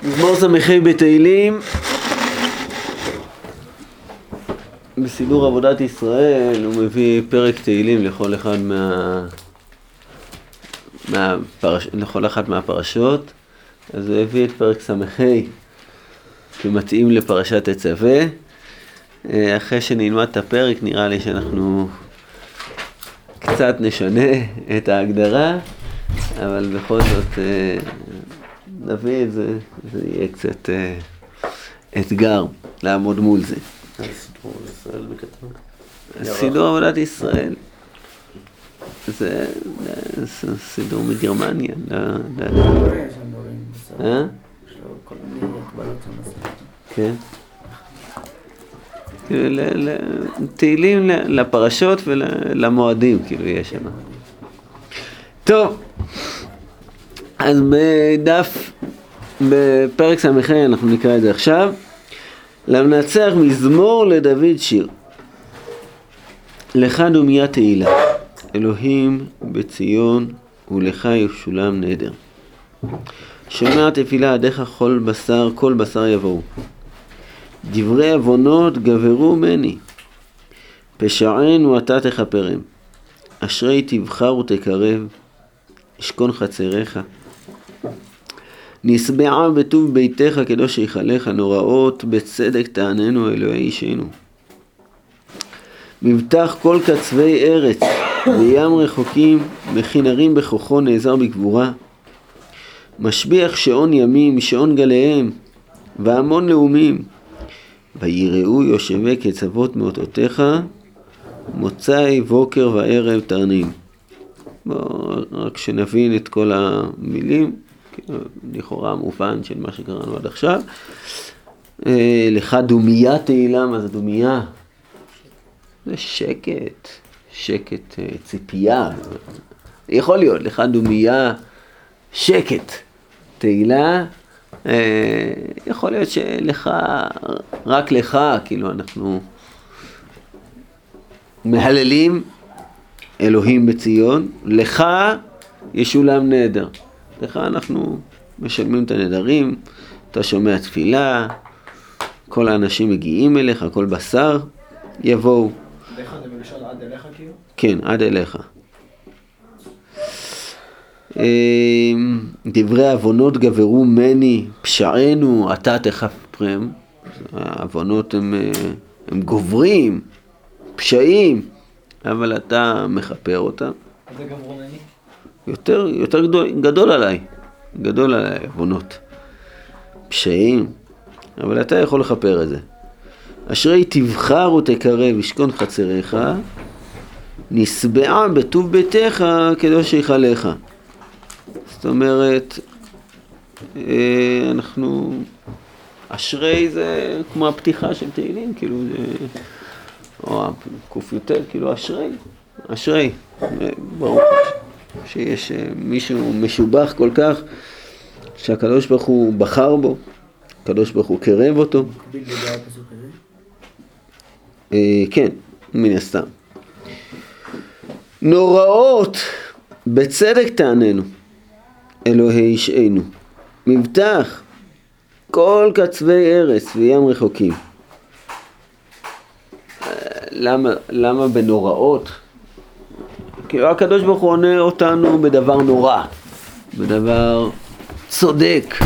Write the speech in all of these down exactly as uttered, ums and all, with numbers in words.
מזמור סמכי בתהילים, בסידור עבודת ישראל הוא מביא פרק תהילים לכל אחד מה... מהפרש... לכל אחת מהפרשות. אז הוא הביא את פרק סמכי שמתאים לפרשת תצווה. אחרי שנלמד את הפרק נראה לי שאנחנו קצת נשנה את ההגדרה, אבל בכל זאת נביא את זה, זה יהיה קצת אתגר לעמוד מול זה. סידור ישראל בקטן. סידור עבודת ישראל. זה סידור מגרמניה. אה? כן. תהילים לפרשות ולמועדים, כאילו יש שם. טוב. אז בדף, בפרק סמכי, אנחנו נקרא את זה עכשיו. למנצח מזמור לדוד שיר. לך דומיה תהילה, אלוהים בציון ולך ישולם נדר. שומע תפילה עדיך כל בשר, כל בשר יבואו. דברי עוונות גברו מני, פשענו אתה תכפרם. אשרי תבחר ותקרב, ישכון חצריך. נסבעה בטוב ביתך קדוש יחלך, נוראות בצדק תעננו אלוהי אישנו. מבטח כל קצווי ארץ בים רחוקים, מכין הרים בכוחו נעזר בגבורה. משביח שעון ימים, שעון גליהם, והמון לאומים. ויראו יושבי קצוות מאותותיך, מוצאי בוקר וערב תרנים. בואו רק שנבין את כל המילים, לכאורה מובן של מה שקראנו עד עכשיו. לך דומיה תהילה, מה זה דומיה? זה שקט, שקט, ציפייה. יכול להיות, לך דומיה, שקט. תהילה, יכול להיות שלך, רק לך, כאילו אנחנו מהללים אלוהים בציון, לך ישולם נדר. לך אנחנו משלמים את הנדרים, אתה שומע תפילה, כל האנשים מגיעים אליך, כל בשר יבואו. לך זה מלשון עד אליך כאילו? כן, עד אליך. דברי עוונות גברו מני, פשענו אתה תכפרם. העוונות הם, הם גוברים, פשעים, אבל אתה מכפר אותם. זה גברו מני? יותר, יותר גדול, גדול עליי, גדול עליי עוונות, פשעים, אבל אתה יכול לכפר את זה. אשרי תבחר ותקרב, ישכון חצריך, נסבעה בטוב ביתך קדוש יחלך. זאת אומרת, אנחנו, אשרי זה כמו הפתיחה של תהילים, כאילו זה, או קוף יותר, כאילו אשרי, אשרי, ברור שיש מישהו משובח כל כך, שהקדוש ברוך הוא בחר בו, הקדוש ברוך הוא קרב אותו. כן, מן הסתם. נוראות בצדק תעננו אלוהי אישנו, מבטח כל קצווי ארץ וים רחוקים. למה, למה בנוראות? כי הקדוש ברוך הוא עונה אותנו בדבר נורא, בדבר צודק,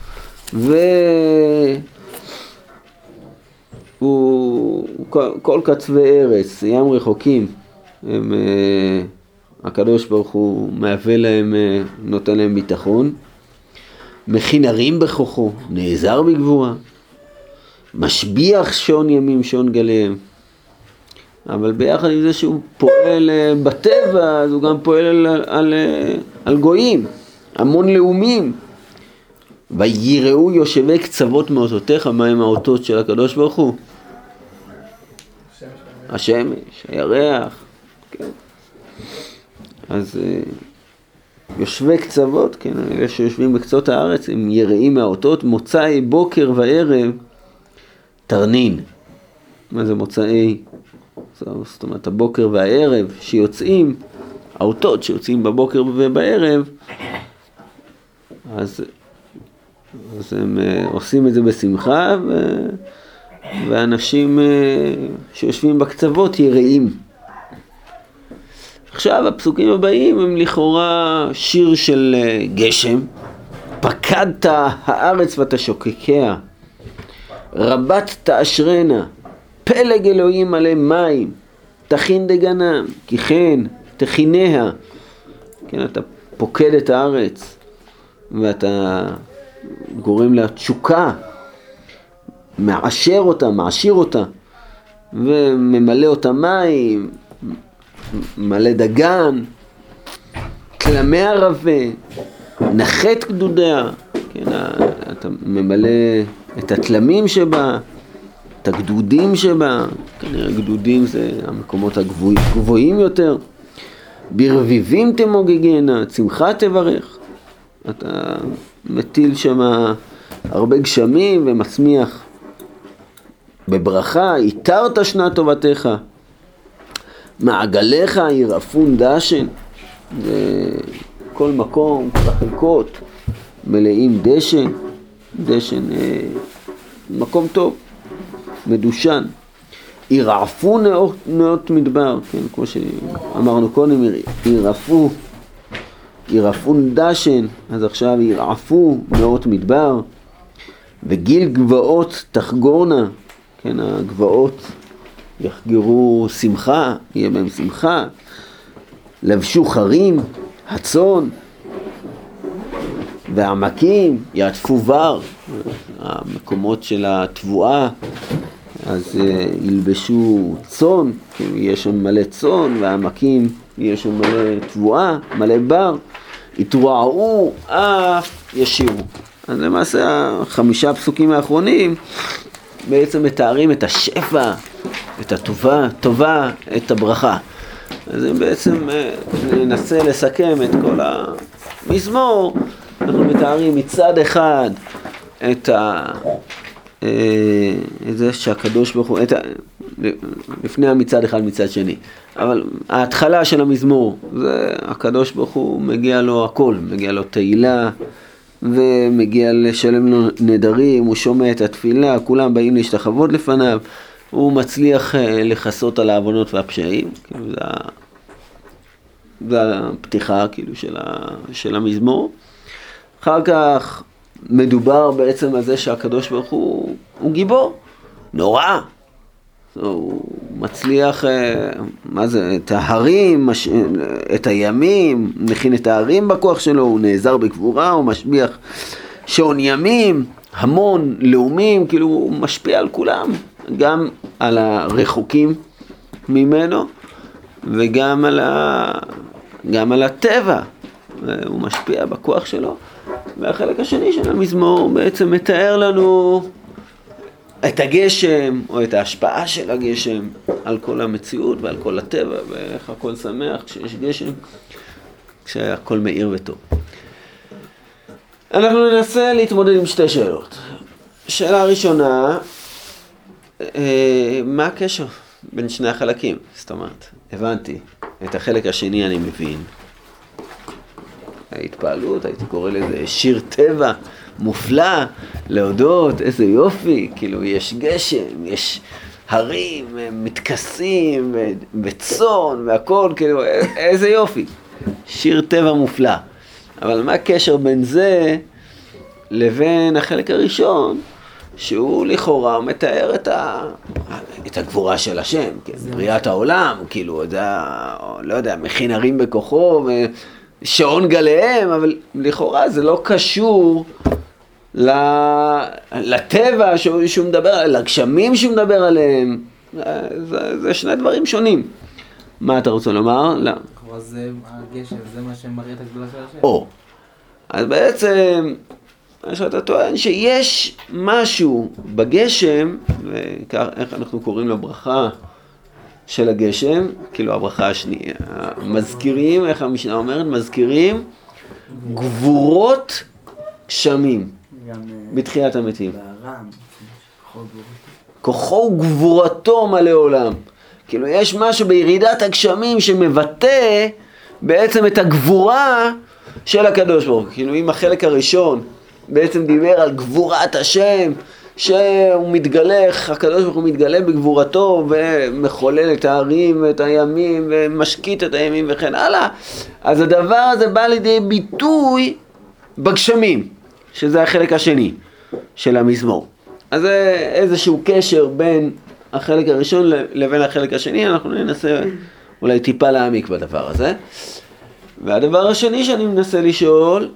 והוא כל, כל קצווי ארץ, ים רחוקים, הם, הקדוש ברוך הוא מהווה להם, נותן להם ביטחון. מכין הרים בכוחו, נעזר בגבורה, משביח שעון ימים, שעון גליהם. אבל ביחד עם זה שהוא פועל בטבע, אז הוא גם פועל על, על, על גויים, המון לאומים. ויראו יושבי קצוות מאותותיך, מה הם האותות של הקדוש ברוך הוא? השמש, הירח, כן. אז יושבי קצוות, כן, אלה שיושבים בקצות הארץ, הם יראים מהאותות, מוצאי בוקר וערב תרנין. מה זה מוצאי? זאת אומרת, הבוקר והערב שיוצאים, האותות שיוצאים בבוקר ובערב, אז אז הם עושים את זה בשמחה, ו... ואנשים שיושבים בקצוות יראים. עכשיו הפסוקים הבאים הם לכאורה שיר של גשם. פקדת הארץ ותשוקקיה, רבת תאשרנה, פלג אלוהים מלא מים, תכין דגנם, כי כן תכיניה. כן, אתה פוקד את הארץ ואתה גורם לה תשוקה, מעשר אותה, מעשיר אותה, וממלא אותה מים, מלא דגן, תלמי ערבה, נחת גדודיה. כן, אתה ממלא את התלמים שבה, את הגדודים שבה. כנראה גדודים זה המקומות הגבוהים, גבוהים יותר. ברביבים תמוגגנה, צמחה תברך. אתה מטיל שם הרבה גשמים ומצמיח בברכה. איתרת שנת טובתך, מעגליך ירעפון דשן. כל מקום, כל החלקות מלאים דשן, דשן, אה, מקום טוב, מדושן. ירעפו נאות, נאות מדבר, כן, כמו שאמרנו קודם, ירעפו, ירעפון דשן, אז עכשיו ירעפו נאות מדבר. וגיל גבעות תחגורנה, כן, הגבעות יחגרו שמחה, יהיה בהם שמחה. לבשו חרים, הצאן, והעמקים יעטפו בר, המקומות של התבואה, אז ילבשו צאן, כי יש שם מלא צאן, והעמקים יש שם מלא תבואה, מלא בר, יתרועעו אף ישירו. אז למעשה החמישה פסוקים האחרונים בעצם מתארים את השפע, את הטובה, טובה, את הברכה. אז אם בעצם ננסה לסכם את כל המזמור, אנחנו מתארים מצד אחד את, ה, את זה שהקדוש ברוך הוא, את ה, לפני המצד אחד מצד שני, אבל ההתחלה של המזמור, זה הקדוש ברוך הוא מגיע לו הכל, מגיע לו תהילה, ומגיע לשלם לו נדרים, הוא שומע את התפילה, כולם באים להשתחוות לפניו, הוא מצליח לחסות על העוונות והפשעים, כאילו זה, זה הפתיחה כאילו של, ה, של המזמור. אחר כך מדובר בעצם על זה שהקדוש ברוך הוא, הוא גיבור, נורא. הוא מצליח, מה זה, את ההרים, את הימים, מכין את ההרים בכוח שלו, הוא נעזר בגבורה, הוא משביח שעון ימים, המון לאומים, כאילו הוא משפיע על כולם, גם על הרחוקים ממנו וגם על, ה... גם על הטבע, הוא משפיע בכוח שלו. והחלק השני של המזמור בעצם מתאר לנו את הגשם או את ההשפעה של הגשם על כל המציאות ועל כל הטבע, ואיך הכל שמח כשיש גשם, כשהכל מאיר וטוב. אנחנו ננסה להתמודד עם שתי שאלות. שאלה ראשונה, מה הקשר בין שני החלקים? זאת אומרת, הבנתי, את החלק השני אני מבין. ההתפעלות, הייתי קורא לזה שיר טבע מופלא, להודות, איזה יופי, כאילו יש גשם, יש הרים, מתכסים, וצאן והכל, כאילו איזה יופי, שיר טבע מופלא. אבל מה הקשר בין זה לבין החלק הראשון, שהוא לכאורה מתאר את, ה... את הגבורה של השם, כן? בריאת העולם, כאילו, יודע, לא יודע, מכין הרים בכוחו, שעון גליהם, אבל לכאורה זה לא קשור לטבע שהוא מדבר, לגשמים שהוא מדבר עליהם. זה, זה שני דברים שונים. מה אתה רוצה לומר? לא. זה הגשם, זה מה שמראה את הגדולה של השם. או. אז בעצם, אתה טוען שיש משהו בגשם, ואיך אנחנו קוראים לו ברכה של הגשם, כאילו הברכה השנייה, מזכירים, איך המשנה אומרת, מזכירים גבורות גשמים בתחיית המתים. כוחו וגבורתו מלא עולם. כאילו יש משהו בירידת הגשמים שמבטא בעצם את הגבורה של הקדוש ברוך הוא. כאילו אם החלק הראשון בעצם דיבר על גבורת השם, שהוא מתגלה, הקדוש ברוך הוא מתגלה בגבורתו ומחולל את הערים ואת הימים ומשקיט את הימים וכן הלאה. אז הדבר הזה בא לידי ביטוי בגשמים, שזה החלק השני של המזמור. אז זה איזשהו קשר בין החלק הראשון לבין החלק השני, אנחנו ננסה אולי טיפה להעמיק בדבר הזה. והדבר השני שאני מנסה לשאול,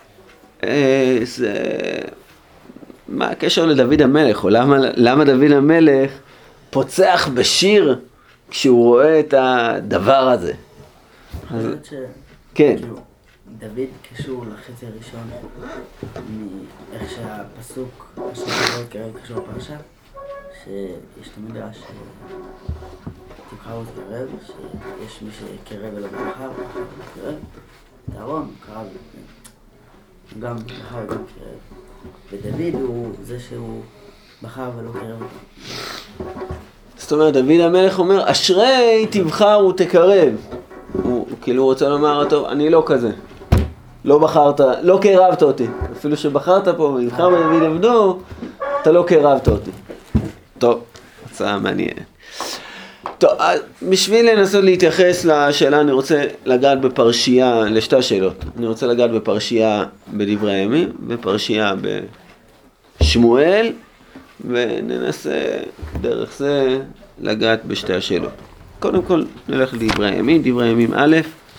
זה מה הקשר לדוד המלך, או למה, למה דוד המלך פוצח בשיר כשהוא רואה את הדבר הזה. אני חושבת ש... כן. דוד קשור לחצי הראשון מאיך שהפסוק השני קרב קשור לפרשה, שיש תמיד רעש תבחר ותקרב, שיש מי שקרב אליו בחר, קרב, את אהרון, קרב, גם בחר וגם קרב. ודוד הוא זה שהוא בחר ולא קרב. זאת אומרת, דוד המלך אומר, אשרי תבחר ותקרב. הוא כאילו רוצה לומר, טוב, אני לא כזה. לא בחרת, לא קרבת אותי. אפילו שבחרת פה ובחר בדוד עבדו, אתה לא קרבת אותי. טוב, הצעה מעניינת. טוב, בשביל לנסות להתייחס לשאלה, אני רוצה לגעת בפרשייה, לשתי השאלות. אני רוצה לגעת בפרשייה בדברי הימים, בפרשייה בשמואל, וננסה דרך זה לגעת בשתי השאלות. קודם כל נלך לדברי הימים, דברי הימים א',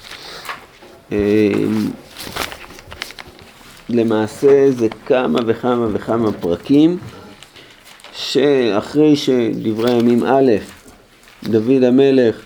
למעשה זה כמה וכמה וכמה פרקים, שאחרי שדברי הימים א', דוד המלך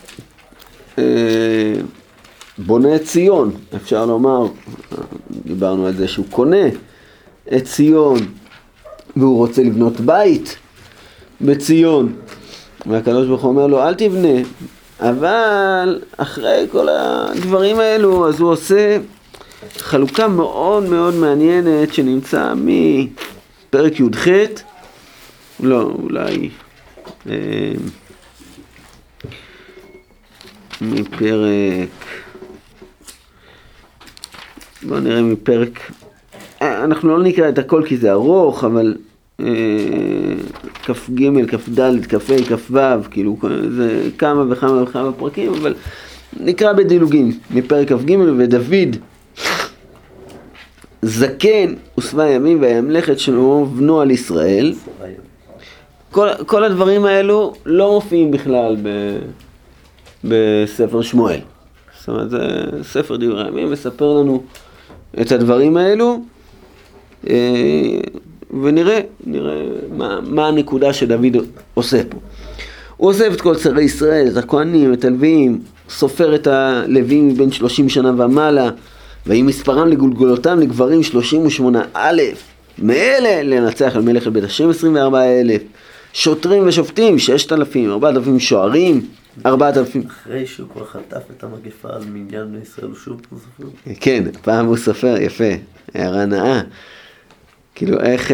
בונה את ציון, אפשר לומר, דיברנו על זה שהוא קונה את ציון, והוא רוצה לבנות בית בציון, והקדוש ברוך הוא אומר לו, אל תבנה, אבל אחרי כל הדברים האלו, אז הוא עושה חלוקה מאוד מאוד מעניינת, שנמצא מפרק י"ח, לא, אולי אה, מפרק, בואו נראה מפרק, אנחנו לא נקרא את הכל כי זה ארוך, אבל כף ג', כף ד', כף ה', כף ו', כאילו זה כמה וכמה וכמה פרקים, אבל נקרא בדילוגים מפרק כף ג', ודוד זקן ושבע ימים וימלך את שלמה בנו על ישראל. כל, כל הדברים האלו לא מופיעים בכלל ב, בספר שמואל. זאת אומרת, זה ספר דברי הימים, מספר לנו את הדברים האלו, ונראה נראה מה, מה הנקודה שדוד עושה פה. הוא אוסף את כל שרי ישראל, את הכהנים, את הלוויים, סופר את הלוויים בין שלושים שנה ומעלה, והיא מספרם לגולגולותם לגברים שלושים ושמונה אלף, מאלה לנצח על מלך על בית השם עשרים וארבעה אלף, שוטרים ושופטים ששת אלפים, ארבעת אלפים שוערים, ארבעת אלפים. אחרי שהוא כבר חטף את המגפה על מניין בני ישראל, הוא שוב פה סופר? כן, פעם הוא סופר, יפה, הערה נאה. כאילו איך,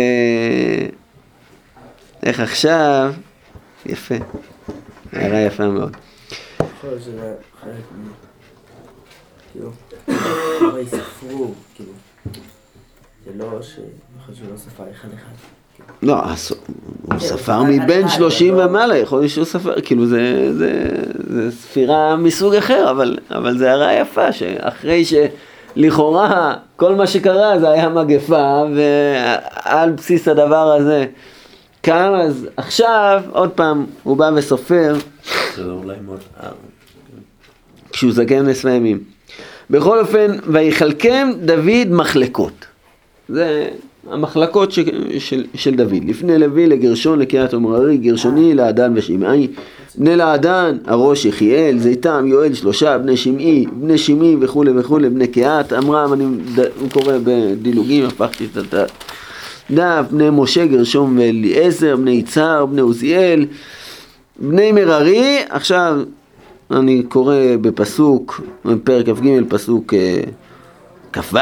איך עכשיו, יפה, הערה יפה מאוד. יכול להיות שזה חלק מ... כאילו, לא יספרו, כאילו, זה לא ש... יכול שהוא לא ספר אחד אחד. לא, הוא ספר מבין שלושים ומעלה, יכול להיות שהוא ספר, כאילו זה, זה, זה ספירה מסוג אחר, אבל, אבל זה הרעה יפה, שאחרי שלכאורה כל מה שקרה זה היה מגפה, ועל בסיס הדבר הזה קם, אז עכשיו עוד פעם הוא בא וסופר, זה אולי מאוד כשהוא זקן עשרה ימים. בכל אופן, ויחלקם דוד מחלקות. זה המחלקות ש, של, של דוד. לפני לוי לגרשון לקריית אמררי, גרשוני לעדן ושמעי. בני לעדן, הראש יחיאל, זיתם, יואל, שלושה, בני שמעי, בני שמעי וכו' וכו', בני קהת, אמרם, אני קורא בדילוגים, הפכתי את הדף, בני משה, גרשום ואליעזר, בני יצהר, בני עוזיאל, בני מררי, עכשיו אני קורא בפסוק, בפרק כ"ג, פסוק כ"ו,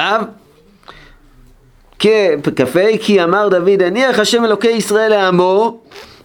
כ"ה, כי אמר דוד, הניח השם אלוקי ישראל לעמו,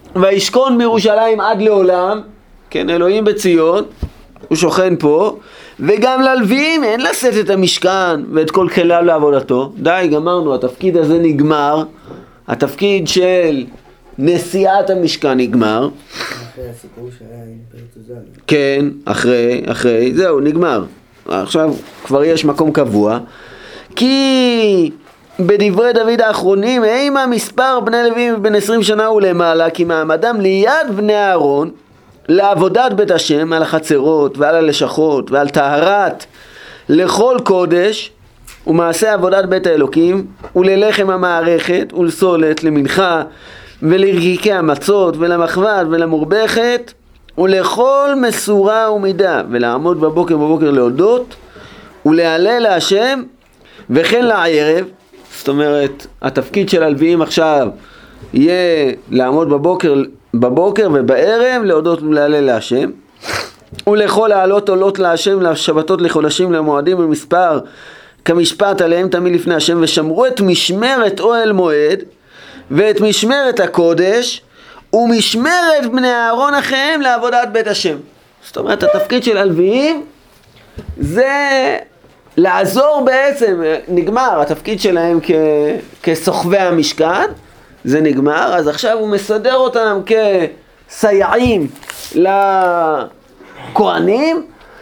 וישכון בירושלים עד לעולם, כן, אלוהים בציון, הוא שוכן פה, וגם ללוויים אין לשאת את המשכן ואת כל כליו לעבודתו. די, גמרנו, התפקיד הזה נגמר, התפקיד של נשיאת המשכן נגמר. אחרי הסיפור שהיה עם פרצוזל. כן, אחרי, אחרי, זהו, נגמר. עכשיו כבר יש מקום קבוע, כי בדברי דוד האחרונים, אימה מספר בני לוויים בן עשרים שנה ולמעלה, כי מעמדם ליד בני אהרון, לעבודת בית השם, על החצרות ועל הלשכות ועל טהרת לכל קודש ומעשה עבודת בית האלוקים וללחם המערכת ולסולת למנחה ולרקיקי המצות ולמחבת ולמורבכת ולכל מסורה ומידה, ולעמוד בבוקר בבוקר להודות ולהלל להשם וכן לערב. זאת אומרת, התפקיד של הלוויים עכשיו יהיה לעמוד בבוקר בבוקר ובערב להודות ולהלל להשם, ולכל העלות עולות להשם לשבתות לחודשים למועדים ומספר כמשפט עליהם תמיד לפני השם, ושמרו את משמרת אוהל מועד ואת משמרת הקודש ומשמרת בני אהרון אחיהם לעבודת בית השם. זאת אומרת, התפקיד של הלוויים זה לעזור, בעצם נגמר התפקיד שלהם כ... כסוחבי המשכן, זה נגמר, אז עכשיו הוא מסדר אותם כסייעים לכהנים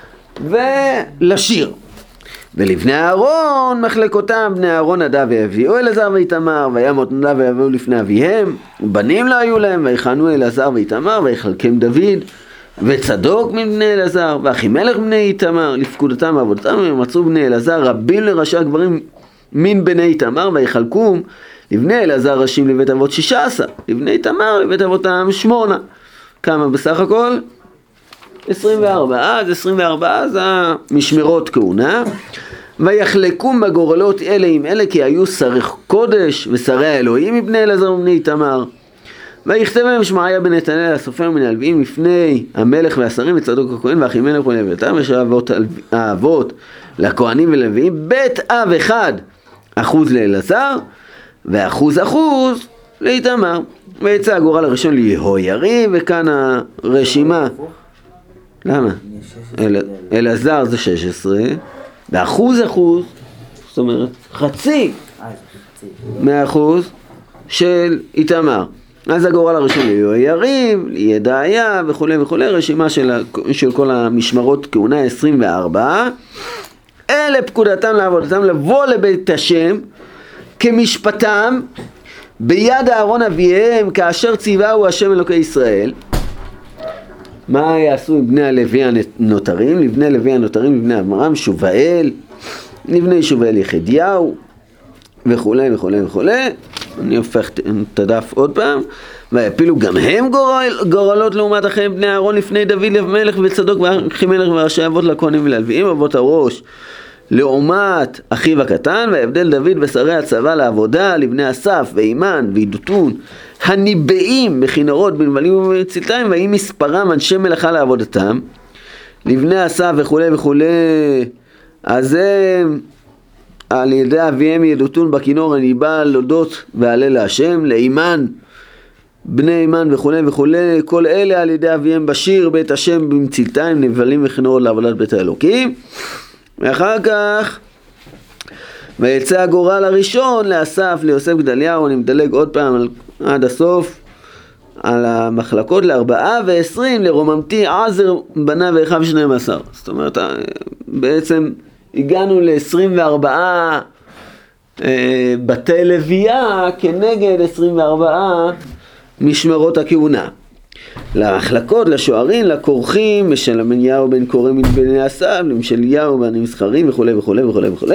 ולשיר. ולבני אהרון מחלקותם, בני אהרון נדב והביאו אלעזר ואיתמר, וימות נדב ויביאו לפני אביהם, ובנים לא היו להם, ויחנו אלעזר ואיתמר, ויחלקם דוד וצדוק מבני אלעזר, ואחימלך בני איתמר, לפקודתם ועבודתם, ומצאו בני אלעזר רבים לראשי הגברים מן בני איתמר, ויחלקום לבני אלעזר ראשים לבית אבות שישה עשר, לבני איתמר לבית אבותם שמונה. כמה בסך הכל? עשרים וארבע. אז עשרים וארבע זה משמרות כהונה. ויחלקום בגורלות אלה עם אלה, כי היו שרי קודש ושרי האלוהים מבני אלעזר ובני איתמר. ויכתב להם שמעיה בן נתנאל הסופר מן הלוויים לפני המלך והשרים וצדוק הכהן ואחימלך בן אביתר, ושל האבות, האבות לכהנים ולוויים, בית אב אחד אחוז לאלעזר ואחוז אחוז לאיתמר. ויצא הגורל הראשון ליהויריב, וכאן הרשימה. למה? אל, אלעזר זה שש עשרה ואחוז אחוז, זאת אומרת חצי מהאחוז של איתמר. אז הגורל הראשון ליהויריב, לידעיה וכו' וכו', רשימה של, של כל המשמרות כהונה עשרים וארבע. אלה פקודתם לעבודתם, לבוא לבית השם כמשפטם ביד אהרון אביהם, כאשר ציווהו השם אלוקי ישראל. מה יעשו עם בני הלוי הנותרים? לבני הלוי הנותרים, לבני אברהם, שובאל, לבני שובאל יחדיהו וכו' וכו' וכו'. אני הופך את הדף עוד פעם. ויפילו גם הם גורל, גורלות לעומת אחיהם בני אהרון לפני דוד למלך וצדוק ואחימלך וראשי אבות לכהנים וללוויים, אבות הראש לעומת אחיו הקטן. והבדל דוד ושרי הצבא לעבודה לבני אסף ואימן וידותון הניבאים בכינורות בנבלים ובצלתיים, והיא מספרם אנשי מלאכה לעבודתם לבני אסף וכו' וכו'. אז זה על ידי אביהם ידותון בכינור הניבא להודות והלל להשם, לאימן בני אימן וכו' וכו'. כל אלה על ידי אביהם בשיר בית השם במצלתיים נבלים וכינורות לעבודת בית האלוקים. ואחר כך ויצא הגורל הראשון לאסף ליוסף גדליהו. אני מדלג עוד פעם על, עד הסוף על המחלקות לארבעה ועשרים לרוממתי עזר בנה ואחיו שניים עשר. זאת אומרת בעצם הגענו ל-עשרים וארבעה אה, בתי לוויה כנגד עשרים וארבעה משמרות הכהונה. למחלקות, לשוערים, לכורכים, משלמניהו בן קורא מבני אסף, למשליהו בני מסחרים וכו' וכו' וכו' וכו'.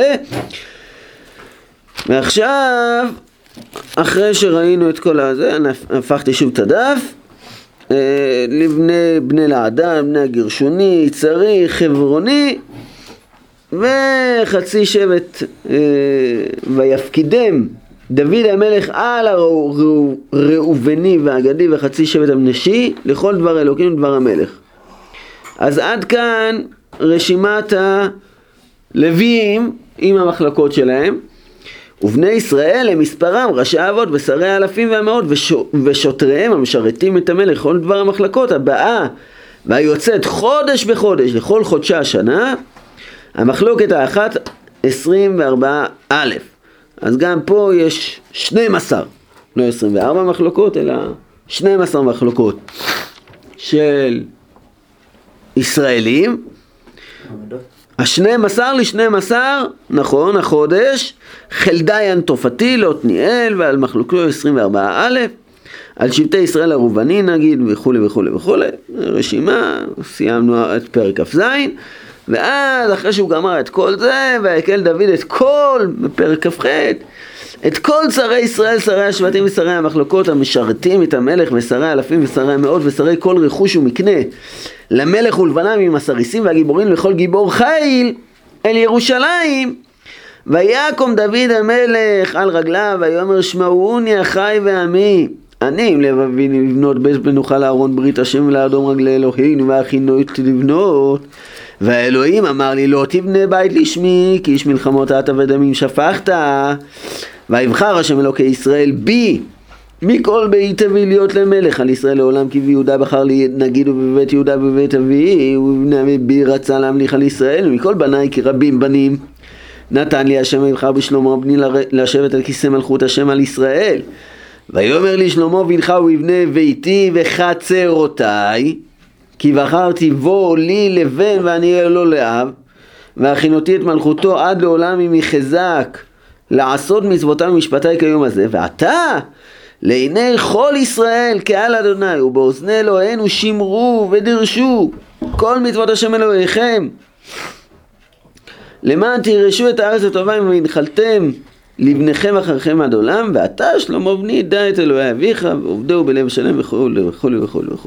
ועכשיו, אחרי שראינו את כל הזה, אני הפכתי שוב את הדף, אה, לבני בני לעדה, בני הגרשוני, צרי, חברוני, וחצי שבט אה, ויפקידם דוד המלך על הראובני והגדי וחצי שבט המנשי לכל דבר אלוקים ודבר המלך. אז עד כאן רשימת הלוויים עם המחלקות שלהם. ובני ישראל הם מספרם ראשי האבות ושרי האלפים והמאות ושוטריהם המשרתים את המלך לכל דבר המחלקות הבאה והיוצאת חודש בחודש לכל חודשי השנה המחלוקת האחת עשרים וארבע א', אז גם פה יש שנים עשר, לא עשרים וארבע מחלוקות, אלא שנים עשר מחלוקות של ישראלים. השנים עשר לשנים עשר, נכון, החודש, חלדיין תופתי, לעתניאל, ועל מחלוקו עשרים וארבע א', על שבטי ישראל הרובני נגיד, וכו' וכו' וכו'. רשימה, סיימנו את פרק כ"ז, ואז אחרי שהוא גמר את כל זה, ויקל דוד את כל, בפרק כ"ח, את כל שרי ישראל, שרי השבטים ושרי המחלוקות, המשרתים את המלך ושרי האלפים ושרי המאות ושרי כל רכוש ומקנה, למלך ולבניו עם הסריסים והגיבורים לכל גיבור חיל אל ירושלים. ויקום דוד המלך על רגליו ויאמר שמעוני אחי ועמי, אני עם לבבי לבנות בית מנוחה לארון ברית השם ולאדום רגלי אלוהינו והכינו אותי לבנות. והאלוהים אמר לי לא תבנה בית לשמי כי איש מלחמות אתה ודמים שפכת. ויבחר השם אלוקי ישראל בי מכל בית אבי להיות למלך על ישראל לעולם, כי ביהודה בחר לי נגיד ובבית יהודה ובבית אבי ובבני אבי בי רצה להמליך על ישראל, ומכל בניי כי רבים בנים נתן לי השם יבחר בשלמה בני לשבת על כיסא מלכות השם על ישראל. ויאמר לי שלמה בנך ובבני ביתי וחצרותיי, כי בחרתי בו לי לבן ואני אהיה לו לאב, והכינותי את מלכותו עד לעולם אם יחזק לעשות מצוותיי ומשפטיי כיום הזה. ועתה לעיני כל ישראל קהל אדוני ובאוזני אלוהינו שמרו ודרשו כל מצוות השם אלוהיכם, למען תירשו את הארץ הטובה והנחלתם לבניכם אחריכם עד עולם. ואתה שלמה בני דע את אלוהי אביך ועובדהו בלב שלם וכו' וכו' וכו' וכו'.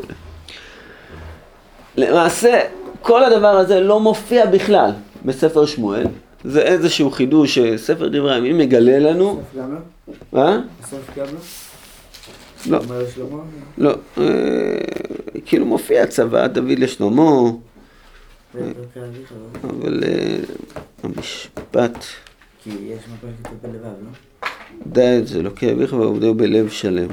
למעשה כל הדבר הזה לא מופיע בכלל בספר שמואל, זה איזשהו חידוש שספר דברי הימים מגלה לנו. סוף גם לא? מה? סוף גם לא? לא. אומר לשלמה? לא, אה, כאילו מופיע צבא דוד לשלמה, אבל אה, המשפט כי יש מקום כתוב בלבב, לא? דע את זה אלוקי אביך ועובדהו בלב שלם.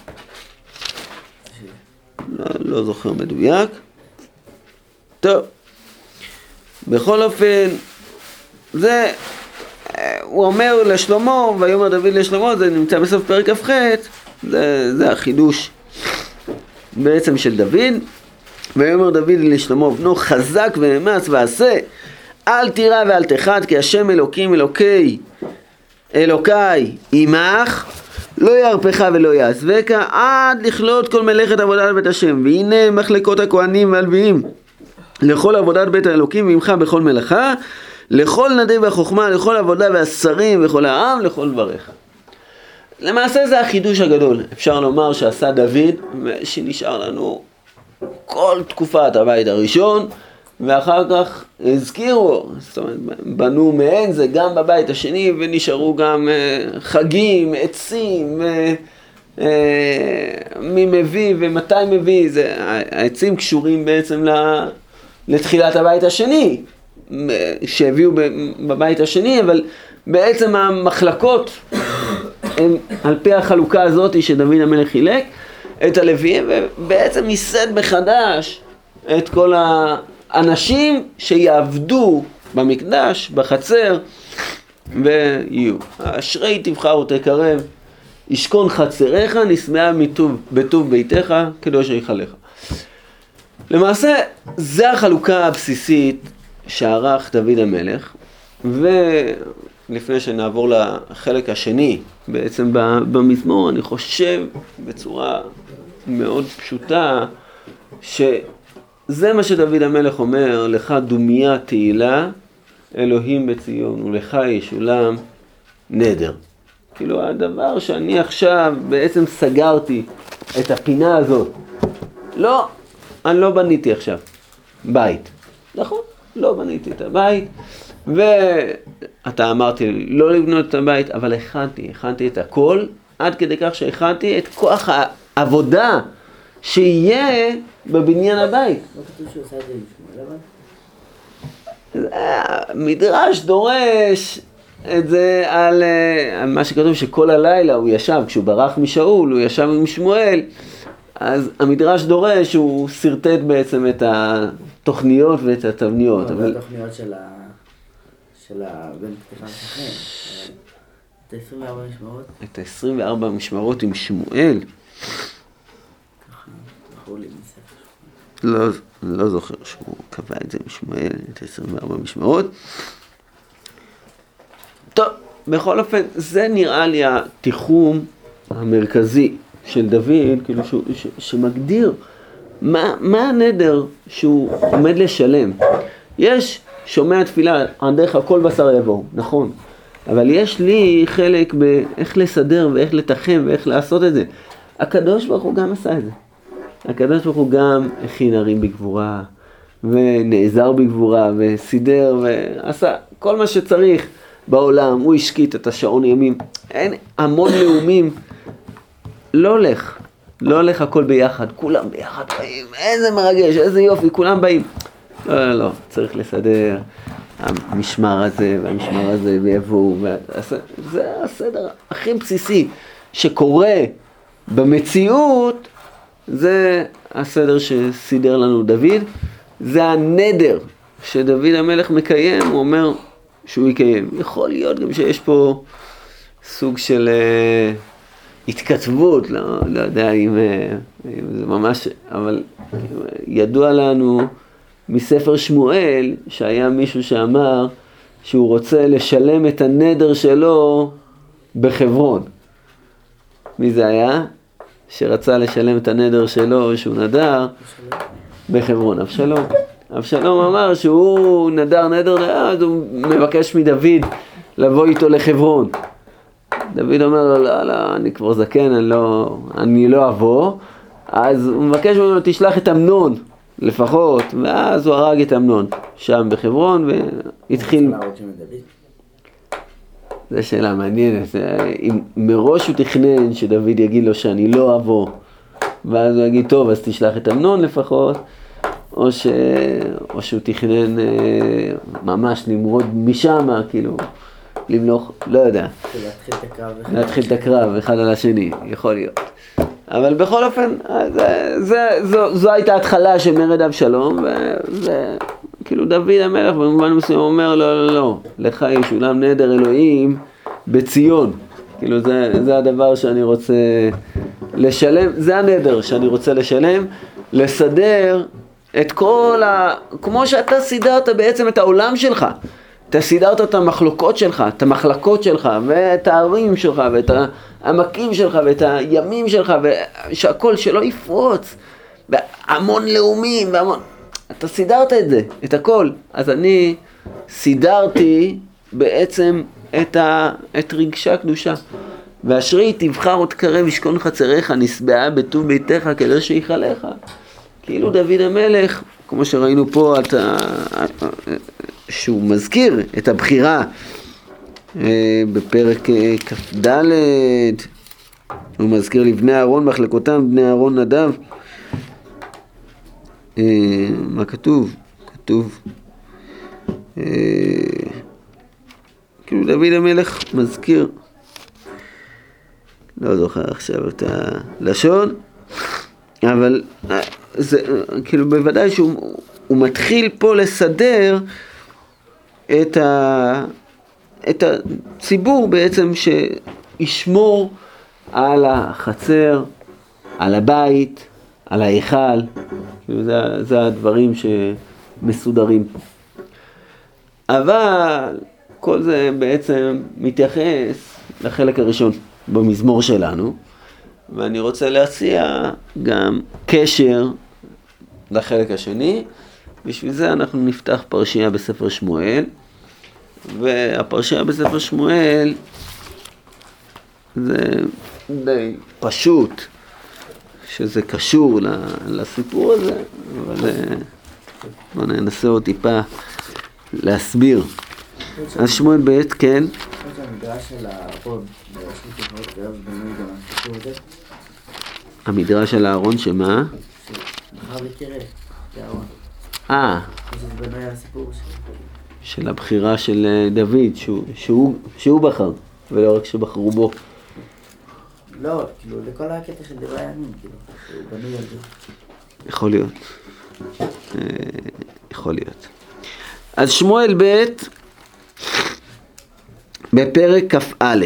לא, לא זוכר מדויק. טוב, בכל אופן זה הוא אומר לשלמה, ויאמר דוד לשלמה, זה נמצא בסוף פרק כ"ח, זה, זה החידוש בעצם של דוד. ויאמר דוד לשלמה בנו חזק ואמץ ועשה, אל תירא ואל תחת, כי השם אלוקים אלוקי אלוקי עמך, לא ירפך ולא יעזבך עד לכלות כל מלאכת עבודת בית השם. והנה מחלקות הכהנים והלוויים לכל עבודת בית האלוקים ועמך בכל מלאכה, לכל נדי והחוכמה, לכל עבודה והשרים וכל העם, לכל דבריך. למעשה זה החידוש הגדול, אפשר לומר שעשה דוד, שנשאר לנו כל תקופת הבית הראשון, ואחר כך הזכירו, זאת אומרת, בנו מעין זה גם בבית השני, ונשארו גם חגים, עצים, מי מביא ומתי מביא, זה, העצים קשורים בעצם לתחילת הבית השני, שהביאו בבית השני, אבל בעצם המחלקות הם על פי החלוקה הזאת שדוד המלך חילק את הלוויים, ובעצם ייסד מחדש את כל האנשים שיעבדו במקדש, בחצר, ויהיו. אשרי תבחר ותקרב, ישכון חצריך, נשמעה מטוב בטוב ביתך, קדוש יחלך. למעשה, זה החלוקה הבסיסית שערך דוד המלך, ולפני שנעבור לחלק השני, בעצם במזמור, אני חושב בצורה מאוד פשוטה, שזה מה שדוד המלך אומר, לך דומיה תהילה, אלוהים בציון, ולך ישולם נדר. כאילו הדבר שאני עכשיו בעצם סגרתי את הפינה הזאת, לא, אני לא בניתי עכשיו בית, נכון? לא בניתי את הבית, ואתה אמרתי לי לא לבנות את הבית, אבל הכנתי, הכנתי את הכל, עד כדי כך שהכנתי את כוח העבודה שיהיה בבניין הבית. לא כתוב שהוא עושה את זה לשמואל, אבל? המדרש דורש את זה על, על מה שכתוב שכל הלילה הוא ישב, כשהוא ברח משאול, הוא ישב עם שמואל, אז המדרש דורש שהוא סרטט בעצם את התוכניות ואת התבניות. אבל התוכניות של ה... של הבן פתיחה ושחרר. את ה-עשרים וארבע משמרות. את ה-עשרים וארבע משמרות עם שמואל. ככה, בחרו לי מספר. לא, לא זוכר שהוא קבע את זה עם שמואל, את ה-עשרים וארבע משמרות. טוב, בכל אופן, זה נראה לי התיחום המרכזי של דוד, כאילו ש, ש, שמגדיר מה, מה הנדר שהוא עומד לשלם. יש שומע תפילה, עדיך כל בשר יבוא, נכון, אבל יש לי חלק באיך לסדר ואיך לתחם ואיך לעשות את זה. הקדוש ברוך הוא גם עשה את זה. הקדוש ברוך הוא גם הכין ערים בגבורה, ונעזר בגבורה, וסידר, ועשה כל מה שצריך בעולם. הוא השקיט את השעון ימים. אין המון לאומים. לא הולך. לא הולך הכל ביחד. כולם ביחד באים. איזה מרגש, איזה יופי, כולם באים. לא, לא, לא. צריך לסדר המשמר הזה והמשמר הזה, ויבואו. זה הסדר הכי בסיסי שקורה במציאות. זה הסדר שסידר לנו דוד. זה הנדר שדוד המלך מקיים. הוא אומר שהוא יקיים. יכול להיות גם שיש פה סוג של uh, התכתבות, לא, לא יודע אם, uh, אם זה ממש, אבל ידוע לנו מספר שמואל שהיה מישהו שאמר שהוא רוצה לשלם את הנדר שלו בחברון. מי זה היה? שרצה לשלם את הנדר שלו שהוא נדר בחברון. אבשלום. אבשלום אמר שהוא נדר נדר, אז הוא מבקש מדוד לבוא איתו לחברון. דוד אומר לו, לא, לא, אני כבר זקן, אני לא, אני לא אבוא. אז הוא מבקש ממנו, תשלח את אמנון לפחות, ואז הוא הרג את אמנון שם בחברון והתחיל. זו שאלה מעניינת. אם מראש הוא תכנן שדוד יגיד לו שאני לא אבוא, ואז הוא יגיד, טוב, אז תשלח את אמנון לפחות, או, ש... או שהוא תכנן אה, ממש למרוד משם, כאילו, למלוך, לא יודע. להתחיל את הקרב. להתחיל את הקרב אחד על השני, יכול להיות. אבל בכל אופן, זה, זה, זו, זו הייתה התחלה של מרד אבשלום, וכאילו דוד המלך במובן מסוים אומר, לא, לא, לא, לך ישולם נדר אלוהים בציון. כאילו זה, זה הדבר שאני רוצה לשלם, זה הנדר שאני רוצה לשלם, לסדר את כל ה... כמו שאתה סידרת בעצם את העולם שלך. אתה סידרת את המחלוקות שלך, את המחלקות שלך, ואת הערים שלך, ואת העמקים שלך, ואת הימים שלך, ושהכל שלא יפרוץ. והמון לאומים, והמון... אתה סידרת את זה, את הכל. אז אני סידרתי בעצם את, ה... את רגשי הקדושה. ואשרי תבחר עוד קרב ישכון חצריך, נסבעה בטוב ביתך כדי שיחלך. כאילו דוד המלך, כמו שראינו פה, אתה... שהוא מזכיר את הבחירה בפרק כ"ד, הוא מזכיר לבני אהרון מחלקותם, בני אהרון נדב. מה כתוב? כתוב כאילו דוד המלך מזכיר, לא זוכר עכשיו את הלשון, אבל זה כאילו בוודאי שהוא הוא מתחיל פה לסדר את ה את הציבור בעצם שישמור על החצר, על הבית, על ההיכל. כאילו זה זה הדברים שמסודרים פה. אבל כל זה בעצם מתייחס לחלק הראשון במזמור שלנו, ואני רוצה להציע גם קשר לחלק השני. בשביל זה אנחנו נפתח פרשייה בספר שמואל, והפרשייה בספר שמואל זה די פשוט שזה קשור לסיפור הזה, אבל בוא ננסה עוד טיפה להסביר. אז שמואל ב', כן? המדרש של הארון, בראשית תיבות קרב בנוי גם הסיפור הזה. המדרש של הארון שמה? שבחר ותראה, זה הארון. אה. זה בנוי על הסיפור של... של הבחירה של דוד, שהוא, שהוא, שהוא בחר, ולא רק שבחרו בו. לא, כאילו, לכל הקטע של דברי הימים, כאילו, הוא בנוי על זה. יכול להיות. יכול להיות. אז שמואל ב' בפרק כ"א.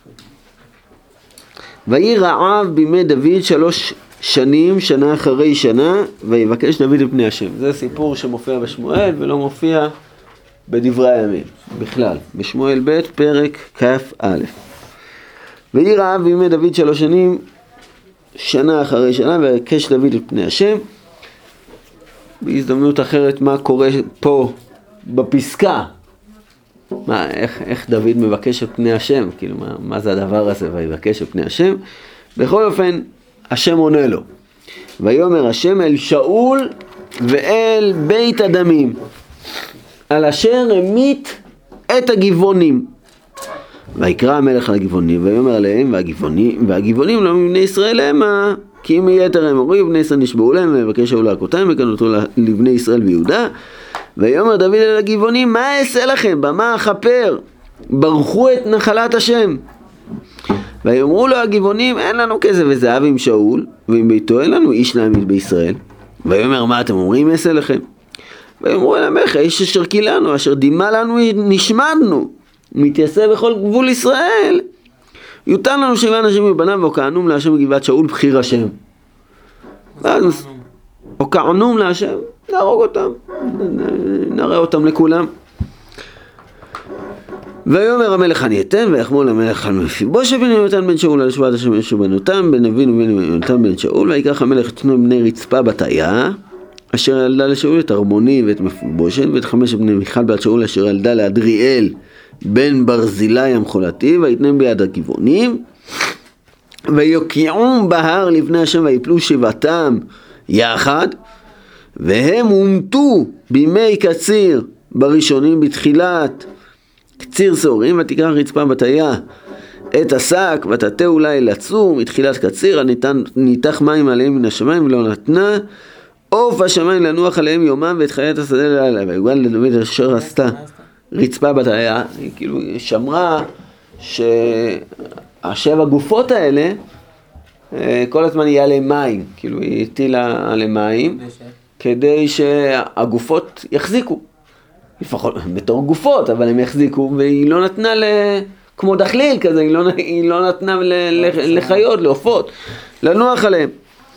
ויהי רעב בימי דוד שלוש שנים, שנה אחרי שנה, ויבקש דוד את פני השם. זה סיפור שמופיע בשמואל ולא מופיע בדברי הימים בכלל. בשמואל ב' פרק כ"א. ויהי רעב בימי דוד שלוש שנים, שנה אחרי שנה, ויבקש דוד את פני השם. בהזדמנות אחרת, מה קורה פה בפסקה? מה, איך, איך דוד מבקש את פני השם? כאילו, מה, מה זה הדבר הזה? ויבקש את פני השם. בכל אופן, השם עונה לו. ויאמר השם אל שאול ואל בית הדמים, על אשר המית את הגבעונים. ויקרא המלך על הגבעונים, ויאמר עליהם, והגבעונים, והגבעונים לא מבני ישראל המה, כי אם יתר הם הוריו, בני ישראל נשבעו להם, ויבקש שאול להכותיהם, וקנותו לבני ישראל ביהודה. ויאמר דוד אל הגבעונים, מה אעשה לכם? במה אכפר? ברכו את נחלת השם. ויאמרו לו הגבעונים, אין לנו כסף וזהב עם שאול, ועם ביתו אין לנו איש להעמיד בישראל. ויאמר, מה אתם אומרים אעשה לכם? ויאמרו אל המלך, האיש אשר קילנו, אשר דימה לנו נשמדנו, מתייסב בכל גבול ישראל. יותן לנו שבעה אנשים מבניו, והוקענום להשם בגבעת שאול בחיר השם. ואז הוקענום להשם, נהרוג אותם, נראה אותם לכולם. ויאמר המלך אני אתן, ויחמול המלך על מפיבושת בן יונתן בן שאול על שבעת השם ישו בן יונתן בן אבינו בן יונתן בן שאול. ויקח המלך את שני בני רצפה בתיה, אשר ילדה לשאול את הרמוני ואת מפיבושת, ואת חמשת בני מיכל בת שאול אשר ילדה לאדריאל בן ברזילי המחולתי, ויתנם ביד הגבעונים. ויוקיעום בהר לבני השם, ויפלו שבעתם יחד, והם הומתו בימי קציר בראשונים בתחילת קציר סורים. ותיקח רצפה בתיה את השק, ותטה אולי לצור מתחילת קציר, ניתח מים עליהם מן השמיים, ולא נתנה עוף השמיים לנוח עליהם יומם, ואת חיית השדה לילה. ויגאל לדוד אשר עשתה רצפה בתיה, היא כאילו שמרה שהשבע גופות האלה כל הזמן יהיה עליהם מים, כאילו היא הטילה עליהם מים כדי שהגופות יחזיקו, לפחות בתור גופות, אבל הם יחזיקו, והיא לא נתנה ל... כמו דחליל כזה, היא לא, היא לא נתנה ל... לחיות, לעופות, לנוח עליהם.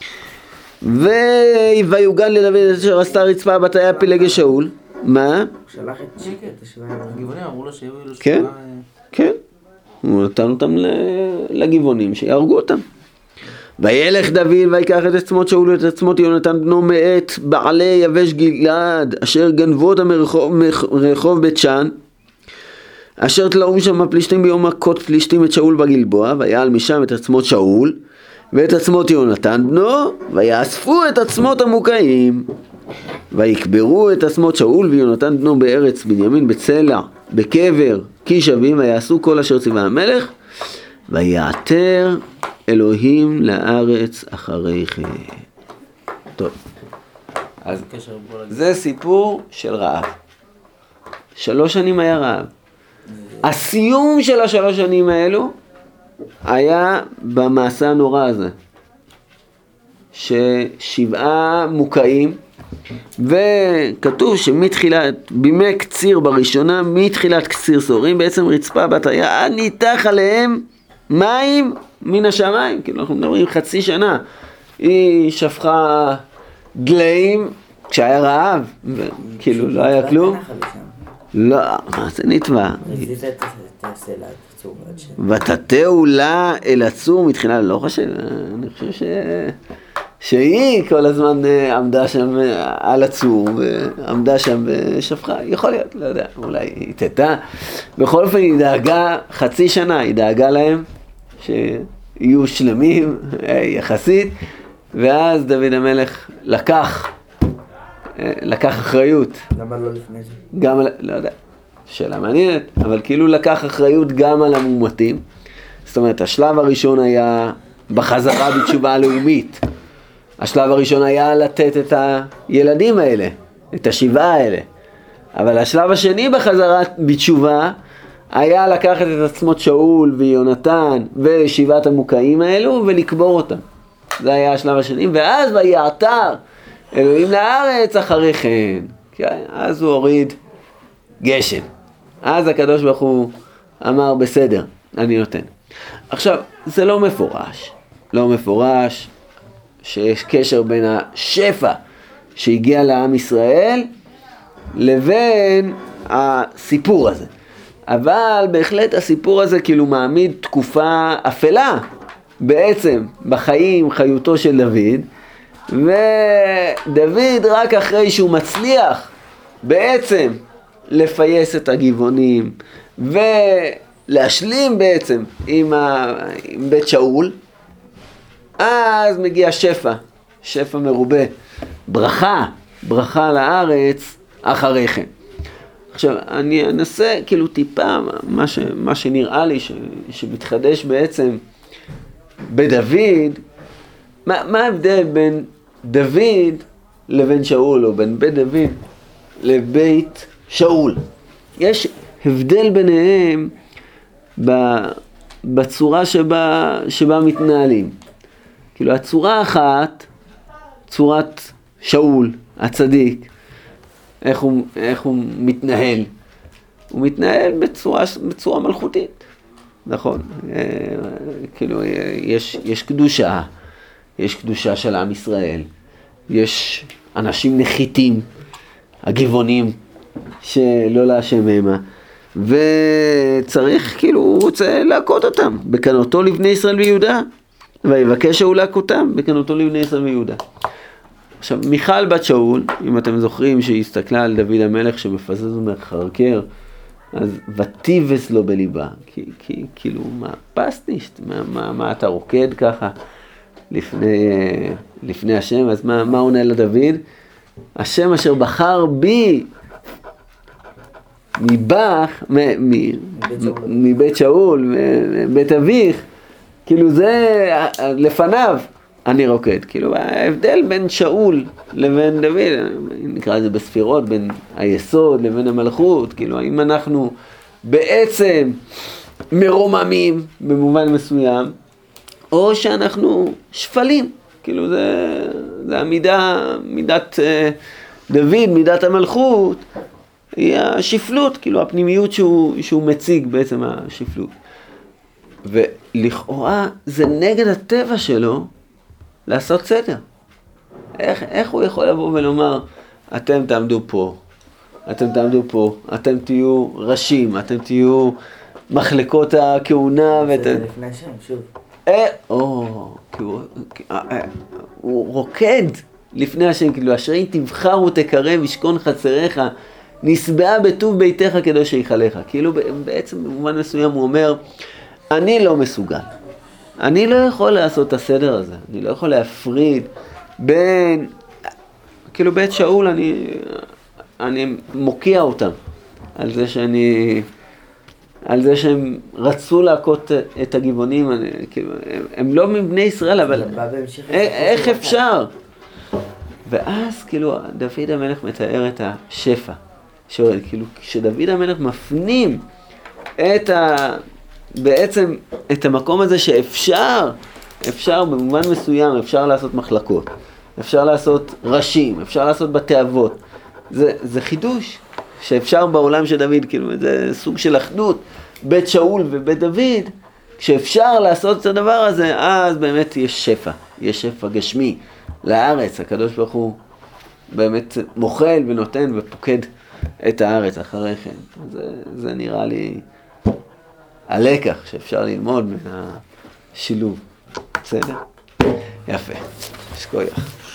ויוגן לדוד אשר עשתה רצפה בתיה פלגי שאול. מה? הוא שלח את שיקט, הגבעונים אמרו לו שיהיו לו כן, כן. הוא נתן אותם לגבעונים שיהרגו אותם. וילך דוד ויקח את עצמות שאול ואת עצמות יונתן בנו מאת בעלי יבש גלעד, אשר גנבו אותם מרחוב בית שן, אשר תלאו שם הפלישתים ביום מכות פלישתים את שאול בגלבוע. ויעל משם את עצמות שאול ואת עצמות יונתן בנו, ויאספו את עצמות המוקעים, ויקברו את עצמות שאול ויונתן בנו בארץ בנימין בצלע בקבר כי שווים, ויעשו כל אשר ציווה המלך, ויעתר אלוהים לארץ אחרי כן. טוב, אז זה סיפור של רעב. שלוש שנים היה רעב. הסיום של השלוש שנים האלו היה במעשה הנורא הזה, ששבעה מוקעים, וכתוב שמתחילת, בימי קציר בראשונה, מתחילת קציר סורים, בעצם רצפה בתיה, ניתח עליהם מים מן השמיים. כאילו אנחנו מדברים חצי שנה, היא שפכה דליים כשהיה רעב, כאילו לא היה כלום. לא, מה זה נטבע? ותטעו לה אל הצור מתחילה, לא חושב, אני חושב ש... שהיא כל הזמן עמדה שם על הצור, ועמדה שם ושפכה, יכול להיות, לא יודע, אולי היא תתה. בכל אופן היא דאגה חצי שנה, היא דאגה להם שיהיו שלמים יחסית, ואז דוד המלך לקח, לקח אחריות. למה לא לפני זה? גם, לא יודע, שאלה מעניינת, אבל כאילו לקח אחריות גם על המומתים. זאת אומרת, השלב הראשון היה בחזרה בתשובה הלאומית. השלב הראשון היה לתת את הילדים האלה, את השבעה האלה. אבל השלב השני בחזרה בתשובה היה לקחת את עצמות שאול ויונתן ושבעת המוקעים האלו ולקבור אותם. זה היה השלב השני, ואז ויעתר אלוהים לארץ אחרי כן. כן, אז הוא הוריד גשם. אז הקדוש ברוך הוא אמר בסדר, אני נותן. עכשיו, זה לא מפורש, לא מפורש שיש קשר בין השפע שהגיע לעם ישראל לבין הסיפור הזה. אבל בהחלט הסיפור הזה כאילו מעמיד תקופה אפלה בעצם בחיים, חיותו של דוד, ודוד רק אחרי שהוא מצליח בעצם לפייס את הגבעונים ולהשלים בעצם עם, ה... עם בית שאול, אז מגיע שפע, שפע מרובה, ברכה, ברכה לארץ אחרי כן. עכשיו, אני אנסה כאילו טיפה, מה, ש, מה שנראה לי ש, שמתחדש בעצם בדוד, מה, מה ההבדל בין דוד לבין שאול, או בין בית דוד לבית שאול? יש הבדל ביניהם בצורה שבה, שבה מתנהלים. כאילו, הצורה האחת, צורת שאול, הצדיק, איך הוא, איך הוא מתנהל? הוא מתנהל בצורה, בצורה מלכותית, נכון? כאילו, יש, יש קדושה, יש קדושה של עם ישראל, יש אנשים נחיתים, הגבעונים, שלא להשם המה, וצריך, כאילו, הוא רוצה להכות אותם, בקנאותו לבני ישראל ויהודה, ויבקש שאול להכותם, בקנאותו לבני ישראל ויהודה. עכשיו, מיכל בת שאול, אם אתם זוכרים שהיא הסתכלה על דוד המלך שמפזז ומחרקר, אז ותיבס לו בליבה, כי, כי, כאילו, מה פסנישט, מה, מה, מה אתה רוקד ככה לפני, לפני השם? אז מה, מה עונה לדוד? השם אשר בחר בי מבך, מ, מ, מבית שאול, מבית אביך, כאילו זה לפניו. אני רוקד, כאילו ההבדל בין שאול לבין דוד, נקרא לזה בספירות, בין היסוד לבין המלכות, כאילו אם אנחנו בעצם מרוממים במובן מסוים, או שאנחנו שפלים, כאילו זה, זה המידה, מידת דוד, מידת המלכות, היא השפלות, כאילו הפנימיות שהוא, שהוא מציג בעצם השפלות. ולכאורה זה נגד הטבע שלו, לעשות סדר. איך, איך הוא יכול לבוא ולומר, אתם תעמדו פה, אתם תעמדו פה, אתם תהיו ראשים, אתם תהיו מחלקות הכהונה. זה ואת... לפני השם, שוב. אה, או, כאילו, אה, אה, הוא רוקד לפני השם, כאילו, אשרי תבחר ותקרב, ישכון חצריך, נסבעה בטוב ביתך קדוש יחלך. כאילו, בעצם במובן מסוים הוא אומר, אני לא מסוגל. אני לא יכול לעשות את הסדר הזה, אני לא יכול להפריד בין, כאילו בית שאול אני, אני מוקיע אותם על זה שאני, על זה שהם רצו להכות את הגבעונים, אני, כאילו, הם, הם לא מבני ישראל, אבל איך אפשר? ואז כאילו דוד המלך מתאר את השפע, שואל, כאילו כשדוד המלך מפנים את ה... בעצם את המקום הזה שאפשר, אפשר במובן מסוים, אפשר לעשות מחלקות, אפשר לעשות ראשים, אפשר לעשות בתי אבות. זה, זה חידוש שאפשר בעולם של דוד, כאילו זה סוג של אחדות, בית שאול ובית דוד, כשאפשר לעשות את הדבר הזה, אז באמת יש שפע, יש שפע גשמי לארץ, הקדוש ברוך הוא באמת מוחל ונותן ופוקד את הארץ אחרי כן. זה, זה נראה לי הלקח שאפשר ללמוד מהשילוב. בסדר? יפה. שכוייך.